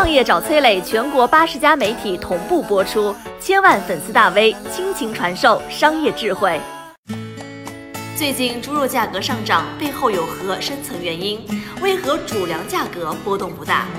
创业找崔磊，全国80家媒体同步播出，千万粉丝大 V 倾情传授商业智慧。最近猪肉价格上涨背后有何深层原因？为何主粮价格波动不大？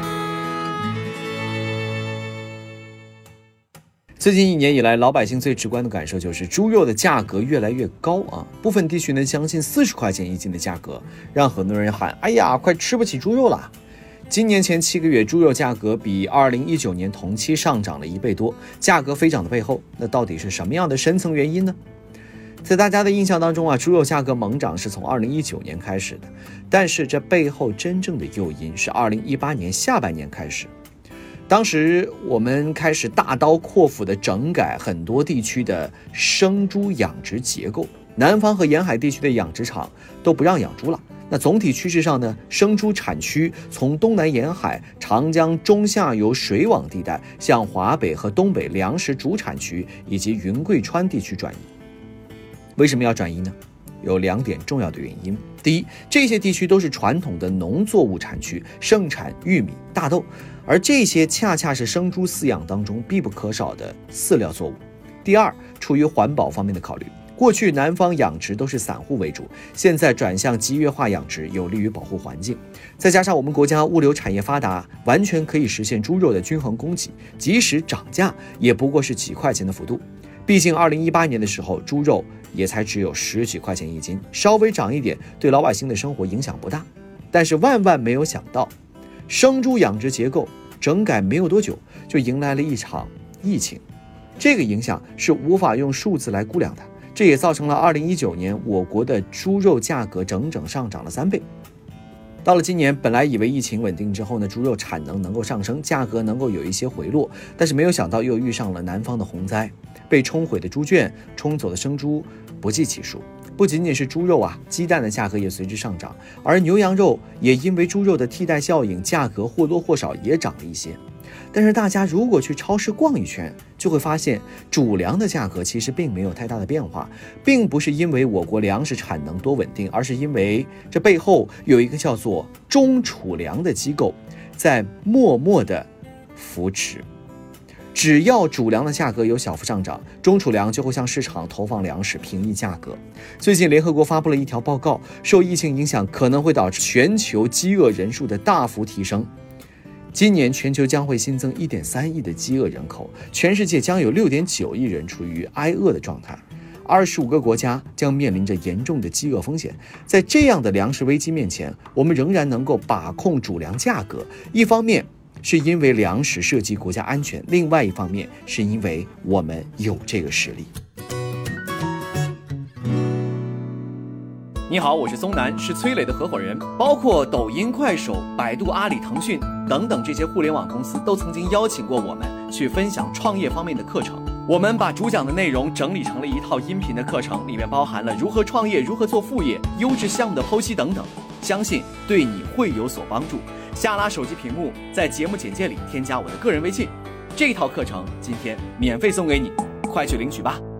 最近1年以来，老百姓最直观的感受就是猪肉的价格越来越高啊！部分地区能将近40块钱1斤的价格，让很多人喊：“哎呀，快吃不起猪肉了！”今年前7个月，猪肉价格比2019年同期上涨了1倍多。价格飞涨的背后，那到底是什么样的深层原因呢？在大家的印象当中啊，猪肉价格猛涨是从2019年开始的，但是这背后真正的诱因是2018年下半年开始。当时我们开始大刀阔斧地整改很多地区的生猪养殖结构，南方和沿海地区的养殖场都不让养猪了。那总体趋势上呢，生猪产区从东南沿海、长江中下游水网地带向华北和东北粮食主产区以及云贵川地区转移。为什么要转移呢？有2点重要的原因。第一，这些地区都是传统的农作物产区，盛产玉米、大豆，而这些恰恰是生猪饲养当中必不可少的饲料作物。第二，出于环保方面的考虑，过去南方养殖都是散户为主，现在转向集约化养殖，有利于保护环境。再加上我们国家物流产业发达，完全可以实现猪肉的均衡供给，即使涨价也不过是几块钱的幅度。毕竟2018年的时候，猪肉也才只有10几块钱1斤，稍微涨一点对老百姓的生活影响不大。但是万万没有想到，生猪养殖结构整改没有多久，就迎来了一场疫情。这个影响是无法用数字来估量的，这也造成了2019年我国的猪肉价格整整上涨了3倍。到了今年，本来以为疫情稳定之后呢，猪肉产能够上升，价格能够有一些回落，但是没有想到又遇上了南方的洪灾，被冲毁的猪圈、冲走的生猪不计其数。不仅仅是猪肉啊，鸡蛋的价格也随之上涨，而牛羊肉也因为猪肉的替代效应，价格或多或少也涨了一些。但是大家如果去超市逛一圈，就会发现主粮的价格其实并没有太大的变化，并不是因为我国粮食产能多稳定，而是因为这背后有一个叫做中储粮的机构在默默的扶持。只要主粮的价格有小幅上涨，中储粮就会向市场投放粮食，平抑价格。最近联合国发布了一条报告，受疫情影响可能会导致全球饥饿人数的大幅提升。今年全球将会新增 1.3 亿的饥饿人口，全世界将有 6.9 亿人处于挨饿的状态，25个国家将面临着严重的饥饿风险。在这样的粮食危机面前，我们仍然能够把控主粮价格，一方面是因为粮食涉及国家安全，另外一方面是因为我们有这个实力。你好，我是松南，是崔磊的合伙人。包括抖音、快手、百度、阿里、腾讯等等这些互联网公司都曾经邀请过我们去分享创业方面的课程。我们把主讲的内容整理成了一套音频的课程，里面包含了如何创业、如何做副业、优质项目的剖析等等，相信对你会有所帮助。下拉手机屏幕，在节目简介里添加我的个人微信，这套课程今天免费送给你，快去领取吧。